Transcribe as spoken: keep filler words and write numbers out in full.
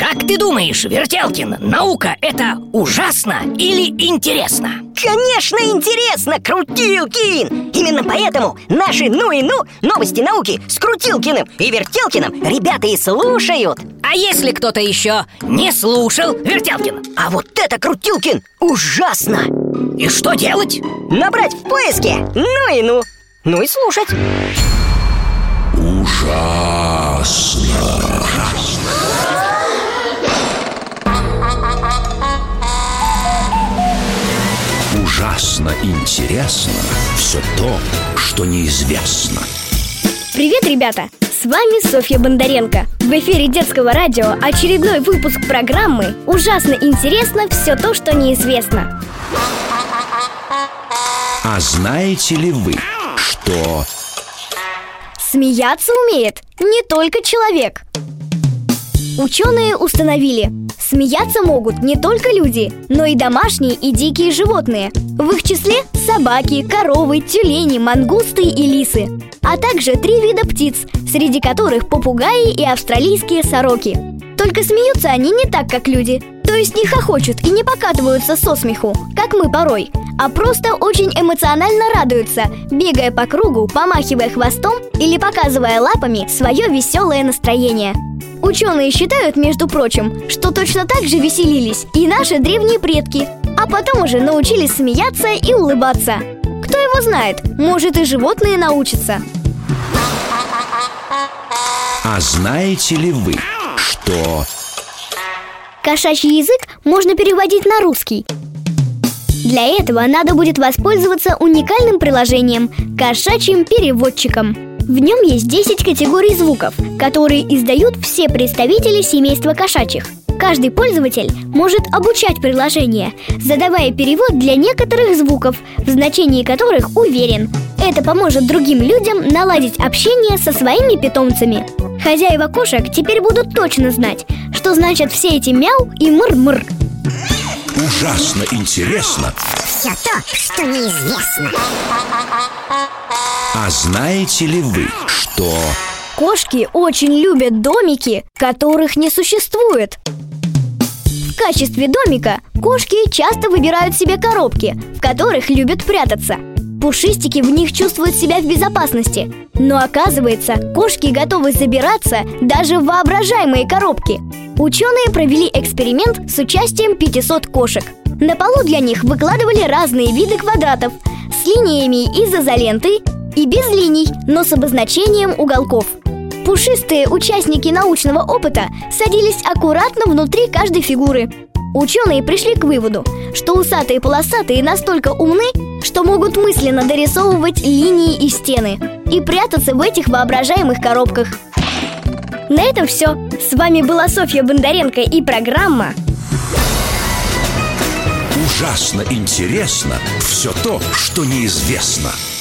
Как ты думаешь, Вертелкин, наука — это ужасно или интересно? Конечно, интересно, Крутилкин! Именно поэтому наши «Ну и ну» новости науки с Крутилкиным и Вертелкиным ребята и слушают. А если кто-то еще не слушал Вертелкина? А вот это, Крутилкин, ужасно! И что делать? Набрать в поиске «Ну и ну», ну и слушать. Ужасно. Ужасно интересно все то, что неизвестно. Привет, ребята! С вами Софья Бондаренко. В эфире детского радио очередной выпуск программы «Ужасно интересно все то, что неизвестно». А знаете ли вы, что... Смеяться умеет не только человек. Ученые установили, смеяться могут не только люди, но и домашние и дикие животные. В их числе собаки, коровы, тюлени, мангусты и лисы. А также три вида птиц, среди которых попугаи и австралийские сороки. Только смеются они не так, как люди. То есть не хохочут и не покатываются со смеху, как мы порой, а просто очень эмоционально радуются, бегая по кругу, помахивая хвостом или показывая лапами свое веселое настроение. Ученые считают, между прочим, что точно так же веселились и наши древние предки, а потом уже научились смеяться и улыбаться. Кто его знает, может и животные научатся. А знаете ли вы, что... Кошачий язык можно переводить на русский. Для этого надо будет воспользоваться уникальным приложением «Кошачьим переводчиком». В нем есть десять категорий звуков, которые издают все представители семейства кошачьих. Каждый пользователь может обучать приложение, задавая перевод для некоторых звуков, в значении которых уверен. Это поможет другим людям наладить общение со своими питомцами. Хозяева кошек теперь будут точно знать, что значат все эти мяу и мыр-мыр. Ужасно интересно все то, что неизвестно. А знаете ли вы, что... Кошки очень любят домики, которых не существует. В качестве домика кошки часто выбирают себе коробки, в которых любят прятаться. Пушистики в них чувствуют себя в безопасности. Но оказывается, кошки готовы забираться даже в воображаемые коробки. Ученые провели эксперимент с участием пятисот кошек. На полу для них выкладывали разные виды квадратов с линиями из изоленты и без линий, но с обозначением уголков. Пушистые участники научного опыта садились аккуратно внутри каждой фигуры. Ученые пришли к выводу, что усатые полосатые настолько умны, что могут мысленно дорисовывать линии и стены и прятаться в этих воображаемых коробках. На этом все. С вами была Софья Бондаренко и программа Ужасно интересно все то, что неизвестно.